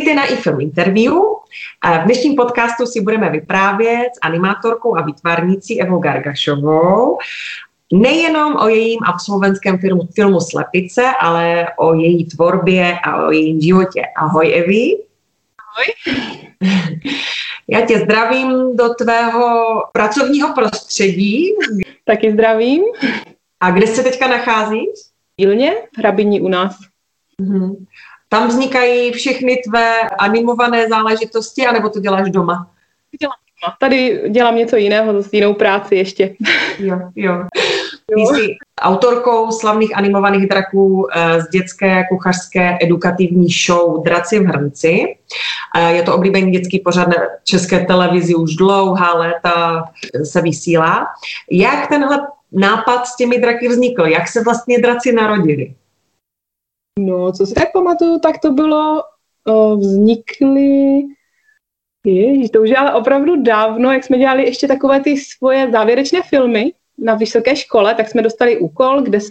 Vítejte na iFilm Interview. V dnešním podcastu si budeme vyprávět s animátorkou a výtvarnicí Evou Gargašovou nejenom o jejím absolventském filmu Slepice, ale o její tvorbě a o jejím životě. Ahoj, Evi. Ahoj. Já tě zdravím do tvého pracovního prostředí. Taky zdravím. A kde se teďka nacházíš? V dílně, v Hrabini u nás. Tam vznikají všechny tvé animované záležitosti, anebo to děláš doma? Dělám doma. Tady dělám něco jiného, zase jinou práci ještě. Jo. Ty jsi autorkou slavných animovaných draků z dětské kuchařské edukativní show Draci v hrnci. Je to oblíbený dětský pořad na České televizi, už dlouhá léta se vysílá. Jak tenhle nápad s těmi draky vznikl? Jak se vlastně draci narodili? No, co si tak pamatuju, tak to bylo, vznikly, to už je ale opravdu dávno, jak jsme dělali ještě takové ty svoje závěrečné filmy na vysoké škole, tak jsme dostali úkol, kde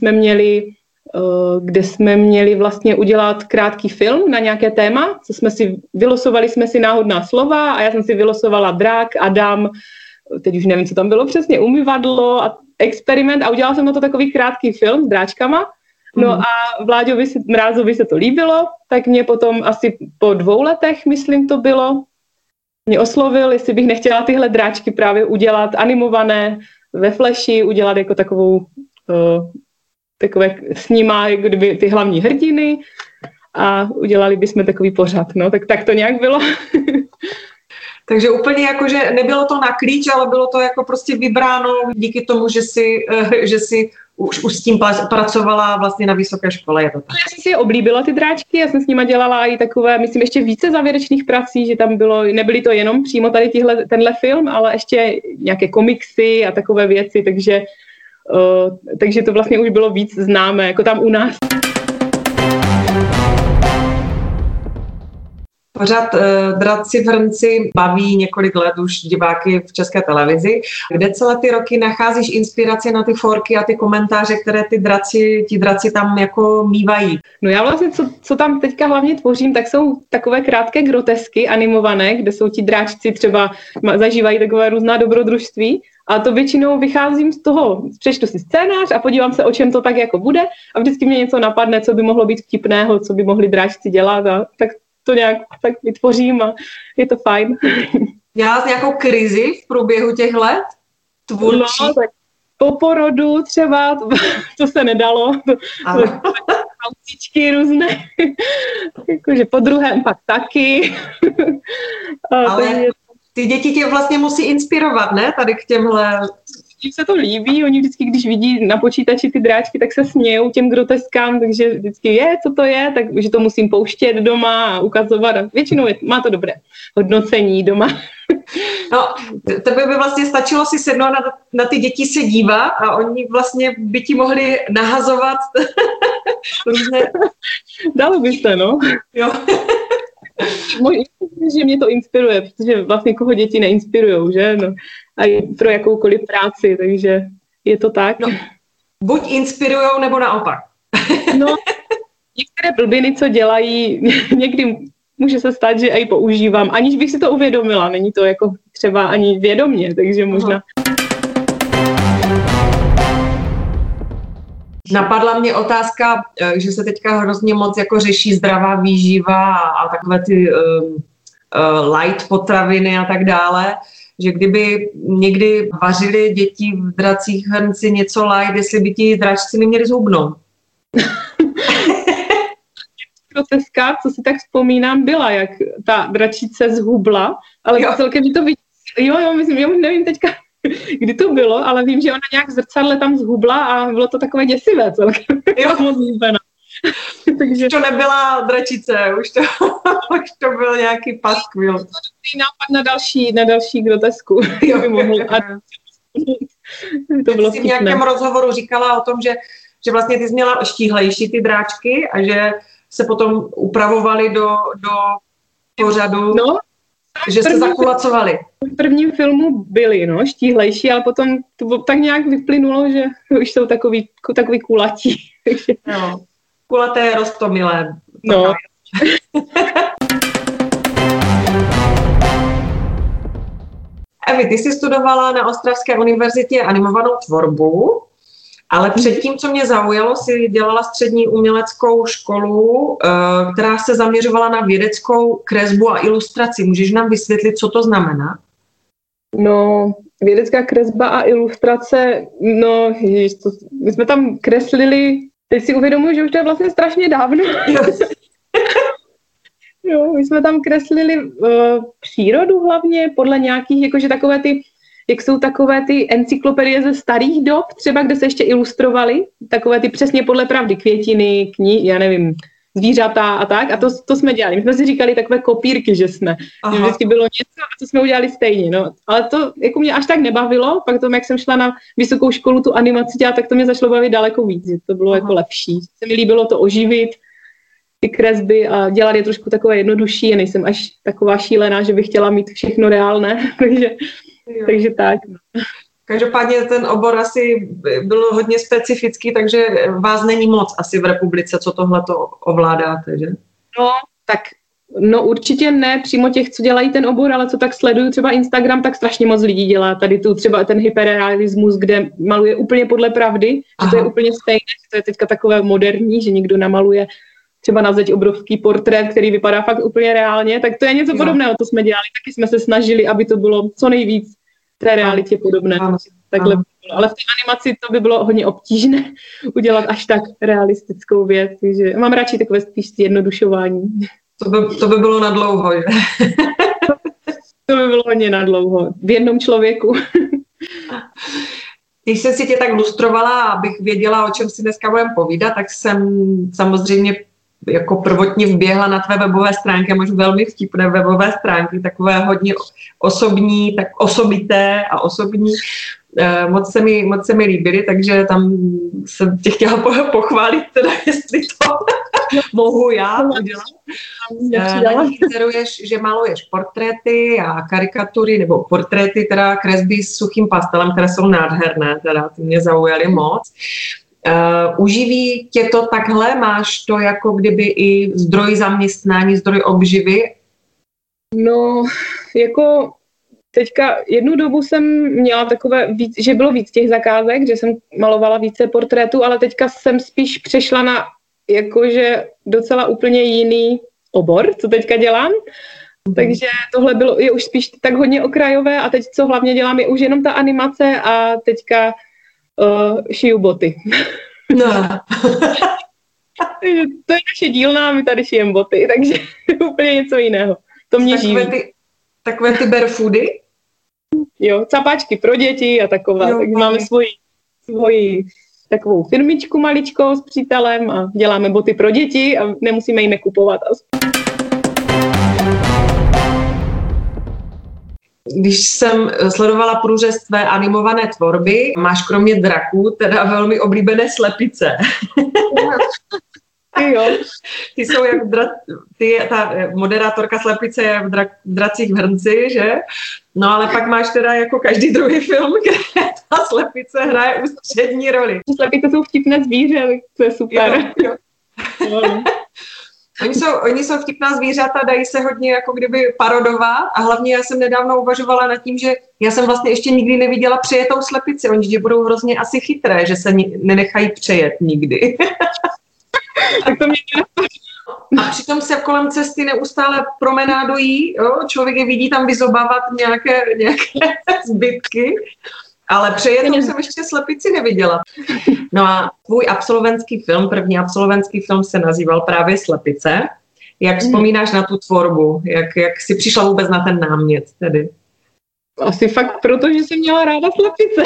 jsme měli vlastně udělat krátký film na nějaké téma, vylosovali jsme si náhodná slova a já jsem si vylosovala drak, Adam, teď už nevím, co tam bylo přesně, umyvadlo a experiment a udělala jsem na to takový krátký film s dráčkama. No a Vláďovi Mrázovi se to líbilo, tak mě potom asi po 2 letech, myslím to bylo, mě oslovil, jestli bych nechtěla tyhle dráčky právě udělat animované ve Flashi, udělat jako takové s nima, jako kdyby ty hlavní hrdiny a udělali bychom takový pořad, no, tak to nějak bylo. Takže úplně jako, že nebylo to na klíč, ale bylo to jako prostě vybráno díky tomu, že si už s tím pracovala vlastně na vysoké škole, je to tak? Já jsem si je oblíbila, ty dráčky, já jsem s nima dělala i takové, myslím, ještě více závěrečných prací, že tam nebyly to jenom přímo tady tenhle film, ale ještě nějaké komiksy a takové věci, takže to vlastně už bylo víc známé, jako tam u nás. Pořád Draci v hrnci baví několik let už diváky v České televizi. Kde celé ty roky nacházíš inspiraci na ty forky a ty komentáře, které ti draci tam jako mívají? No já vlastně, co tam teďka hlavně tvořím, tak jsou takové krátké grotesky animované, kde jsou ti dráčci třeba zažívají takové různá dobrodružství. A to většinou vycházím z toho, přečtu si scénář a podívám se, o čem to tak jako bude a vždycky mě něco napadne, co by mohlo být vtipného, co by mohli dráčci dělat a tak to nějak tak vytvořím a je to fajn. Měla jsi nějakou krizi v průběhu těch let? Tvůrčí? No, tak po porodu třeba, to se nedalo. Autíčky různé. Jakože po druhém pak taky. Ale ty děti tě vlastně musí inspirovat, ne? Tady k těmhle... Jim se to líbí, oni vždycky, když vidí na počítači ty dráčky, tak se smějou těm groteskám, takže vždycky co to je, takže to musím pouštět doma a ukazovat a většinou má to dobré hodnocení doma. No, tebe by vlastně stačilo si sednout na ty děti se dívat a oni vlastně by ti mohli nahazovat různé... Dalo by se, no. Jo. Že mě to inspiruje, protože vlastně koho děti neinspirujou, že? No. A pro jakoukoliv práci, takže je to tak. No, buď inspirujou, nebo naopak. No, některé blbiny, co dělají, někdy může se stát, že i používám, aniž bych si to uvědomila. Není to jako třeba ani vědomě, takže možná... Napadla mě otázka, že se teďka hrozně moc jako řeší zdravá výživa a takové ty light potraviny a tak dále, že kdyby někdy vařili děti v Dracích hrnci něco light, jestli by ti dračci neměli zhubnout. Groteska, co si tak vzpomínám, byla, jak ta dračice zhubla, ale celkem to vidět. Jo, myslím, já už nevím teďka, kdy to bylo, ale vím, že ona nějak v zrcadle tam zhubla a bylo to takové děsivé celkem. Jo. Moc zhubená. Takže... Už to nebyla dračice, už to byl nějaký paskvil. To je nápad na další grotesku. Jo. To bylo jsi v nějakém rozhovoru říkala o tom, že vlastně ty jsi měla štíhlejší ty dráčky a že se potom upravovali do pořadu. No. Že se zakulacovali. V prvním filmu byli štíhlejší, ale potom to tak nějak vyplynulo, že už jsou takový kulatí. No, kulaté roztomilé. No. Evi, ty jsi studovala na Ostravské univerzitě animovanou tvorbu, ale předtím, co mě zaujalo, si dělala střední uměleckou školu, která se zaměřovala na vědeckou kresbu a ilustraci. Můžeš nám vysvětlit, co to znamená? No, vědecká kresba a ilustrace, no, my jsme tam kreslili, teď si uvědomuji, že už to je vlastně strašně dávno. Jo, my jsme tam kreslili přírodu hlavně podle nějakých, jakože takové ty, jak jsou takové ty encyklopedie ze starých dob, třeba kde se ještě ilustrovaly, takové ty přesně podle pravdy, květiny, já nevím, zvířata a tak. A to jsme dělali. My jsme si říkali takové kopírky, že jsme. Že vždycky bylo něco a co jsme udělali stejně. No. Ale to jako mě až tak nebavilo. Pak tomu, jak jsem šla na vysokou školu tu animaci dělat, tak to mě začalo bavit daleko víc. Že to bylo jako lepší. Se mi líbilo to oživit, ty kresby a dělat je trošku takové jednodušší. Nejsem až taková šílená, že bych chtěla mít všechno reálné. takže tak. Každopádně ten obor asi byl hodně specifický, takže vás není moc asi v republice, co tohleto ovládáte, že? No určitě ne přímo těch, co dělají ten obor, ale co tak sleduju třeba Instagram, tak strašně moc lidí dělá tady tu třeba ten hyperrealismus, kde maluje úplně podle pravdy, že to je úplně stejné, že to je teďka takové moderní, že někdo namaluje třeba na zeď obrovský portrét, který vypadá fakt úplně reálně, tak to je něco podobného, to jsme dělali, taky jsme se snažili, aby to bylo co nejvíc té realitě podobné. Takhle bylo. Ale v té animaci to by bylo hodně obtížné udělat až tak realistickou věc, takže mám radši takové spíš zjednodušování. To by bylo na dlouho, že? To by bylo hodně na dlouho. V jednom člověku. Když jsem si tě tak lustrovala, abych věděla, o čem si dneska budeme povídat, tak jsem samozřejmě jako prvotně vběhla na tvé webové stránky, máš velmi vtipné webové stránky, takové hodně osobní, tak osobité a osobní. Moc se mi líbily, takže tam jsem tě chtěla pochválit, teda jestli to mohu já udělat. Na nich inzeruješ, že maluješ portréty a karikatury, nebo portréty, teda kresby s suchým pastelem, které jsou nádherné, teda ty mě zaujaly moc. Uživí tě to takhle? Máš to jako kdyby i zdroj zaměstnání, zdroj obživy? No, jako teďka jednu dobu jsem měla takové víc, že bylo víc těch zakázek, že jsem malovala více portrétů, ale teďka jsem spíš přešla na jakože docela úplně jiný obor, co teďka dělám. Takže tohle je už spíš tak hodně okrajové a teď co hlavně dělám je už jenom ta animace a teďka šiju boty. No. To je naše dílna, my tady šijeme boty, takže úplně něco jiného. To mě živí. Takové ty barefoody? Jo, capáčky pro děti a taková. Tak máme svoji takovou firmičku maličkou s přítelem a děláme boty pro děti a nemusíme jim je kupovat. Když jsem sledovala průřez tvé animované tvorby, máš kromě draků teda velmi oblíbené slepice. Jo. Ty jsou jak ta moderátorka slepice je v Dracích v hrnci, že? No ale pak máš teda jako každý druhý film, kde ta slepice hraje ústřední roli. Slepice jsou vtipné zvíře, to je super. Jo. Oni jsou vtipná zvířata, dají se hodně jako kdyby parodovat a hlavně já jsem nedávno uvažovala nad tím, že já jsem vlastně ještě nikdy neviděla přejetou slepici. Oni budou hrozně asi chytré, že se nenechají přejet nikdy. Tak to mě a přitom se kolem cesty neustále promenádují, jo? Člověk je vidí tam vyzobávat nějaké zbytky, ale přejetou jsem ještě slepici neviděla. No a tvůj první absolventský film se nazýval právě Slepice. Jak vzpomínáš na tu tvorbu? Jak jsi přišla vůbec na ten námět tedy? Asi fakt proto, že jsem měla ráda slepice.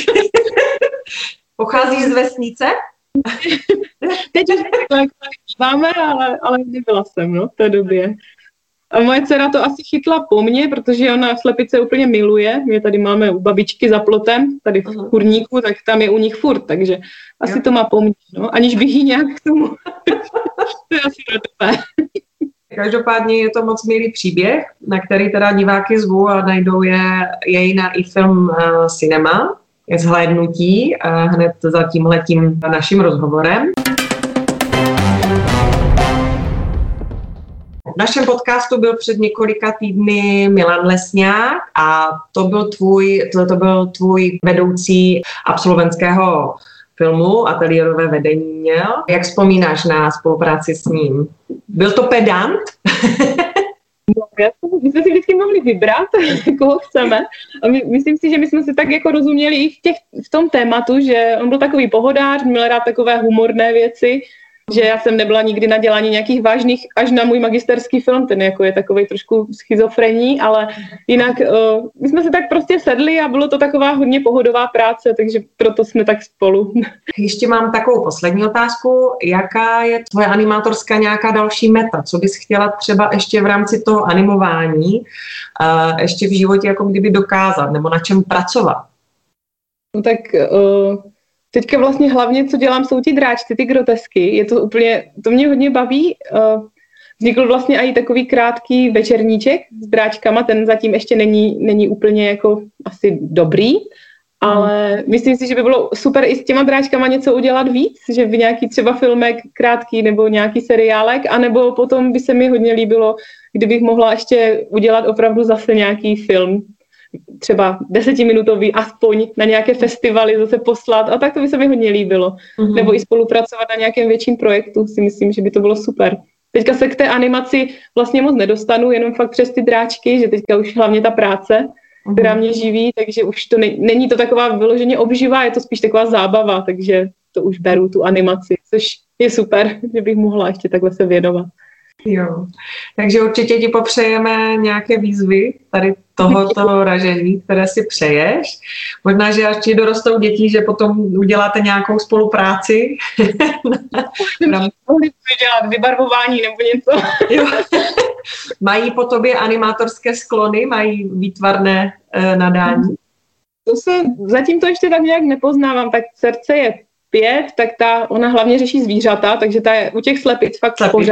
Pocházíš z vesnice? Teď už takhle díváme, ale nebyla jsem v té době. A moje dcera to asi chytla po mně, protože ona slepice úplně miluje. My tady máme u babičky za plotem, tady v kurníku, tak tam je u nich furt, takže asi to má po mně, no. Aniž bych jí nějak k tomu. To je asi dobré. Každopádně je to moc milý příběh, na který teda diváky zvu a najdou jej na iFilm Cinema. Je zhlédnutí hned za tímhletím naším rozhovorem. našem podcastu byl před několika týdny Milan Lesňák a to byl tvůj vedoucí absolventského filmu, ateliérové vedení měl. Jak vzpomínáš na spolupráci s ním? Byl to pedant? My jsme si vždycky mohli vybrat, koho chceme. A myslím si, že my jsme si tak jako rozuměli i v tom tématu, že on byl takový pohodář, měl rád takové humorné věci, že já jsem nebyla nikdy na dělání nějakých vážných, až na můj magisterský film, ten jako je takovej trošku schizofrení, ale jinak my jsme si tak prostě sedli a bylo to taková hodně pohodová práce, takže proto jsme tak spolu. Ještě mám takovou poslední otázku. Jaká je tvoje animátorská nějaká další meta? Co bys chtěla třeba ještě v rámci toho animování ještě v životě jako kdyby dokázat nebo na čem pracovat? No tak... Teďka vlastně hlavně, co dělám, jsou ti dráčci, ty grotesky. Je to úplně, to mě hodně baví. Vznikl vlastně i takový krátký večerníček s dráčkama, ten zatím ještě není úplně jako asi dobrý, ale myslím si, že by bylo super i s těma dráčkama něco udělat víc, že by nějaký třeba filmek krátký nebo nějaký seriálek, anebo potom by se mi hodně líbilo, kdybych mohla ještě udělat opravdu zase nějaký film, třeba 10minutový aspoň na nějaké festivaly zase poslat a tak to by se mi hodně líbilo. Nebo i spolupracovat na nějakém větším projektu, si myslím, že by to bylo super. Teďka se k té animaci vlastně moc nedostanu, jenom fakt přes ty dráčky, že teďka už hlavně ta práce, která mě živí, takže už to není to taková vyloženě obživa, je to spíš taková zábava, takže to už beru tu animaci, což je super, že bych mohla ještě takhle se věnovat. Jo, takže určitě ti popřejeme nějaké výzvy tady tohoto ražení, které si přeješ. Možná, že až ti dorostou děti, že potom uděláte nějakou spolupráci. Mohli dělat vybarvování nebo něco. Jo. Mají po tobě animátorské sklony, mají výtvarné nadání? Zatím to ještě tak nějak nepoznávám, tak srdce je 5, tak ona hlavně řeší zvířata, takže ta je u těch slepic fakt pořád.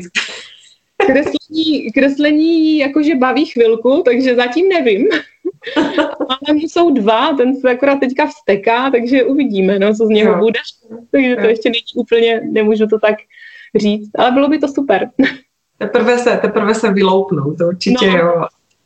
Kreslení jakože baví chvilku, takže zatím nevím. Ale jsou 2, ten se akorát teďka vzteká, takže uvidíme, no, co z něho bude. Takže to ještě není úplně, nemůžu to tak říct, ale bylo by to super. Teprve se vyloupnou, to určitě jo.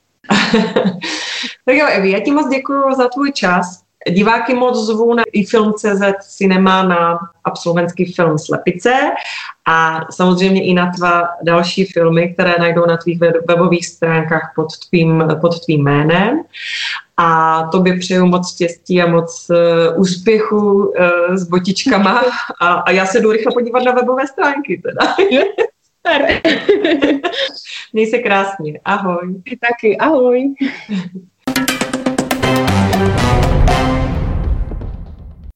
Tak jo, Evi, já ti moc děkuji za tvůj čas. Diváky moc zvu na iFilm.cz Cinema na absolventský film Slepice a samozřejmě i na tvá další filmy, které najdou na tvých webových stránkách pod tvým jménem. A tobě přeju moc štěstí a moc úspěchu s botičkama a já se jdu rychle podívat na webové stránky teda. Měj se krásně. Ahoj. Ty taky. Ahoj.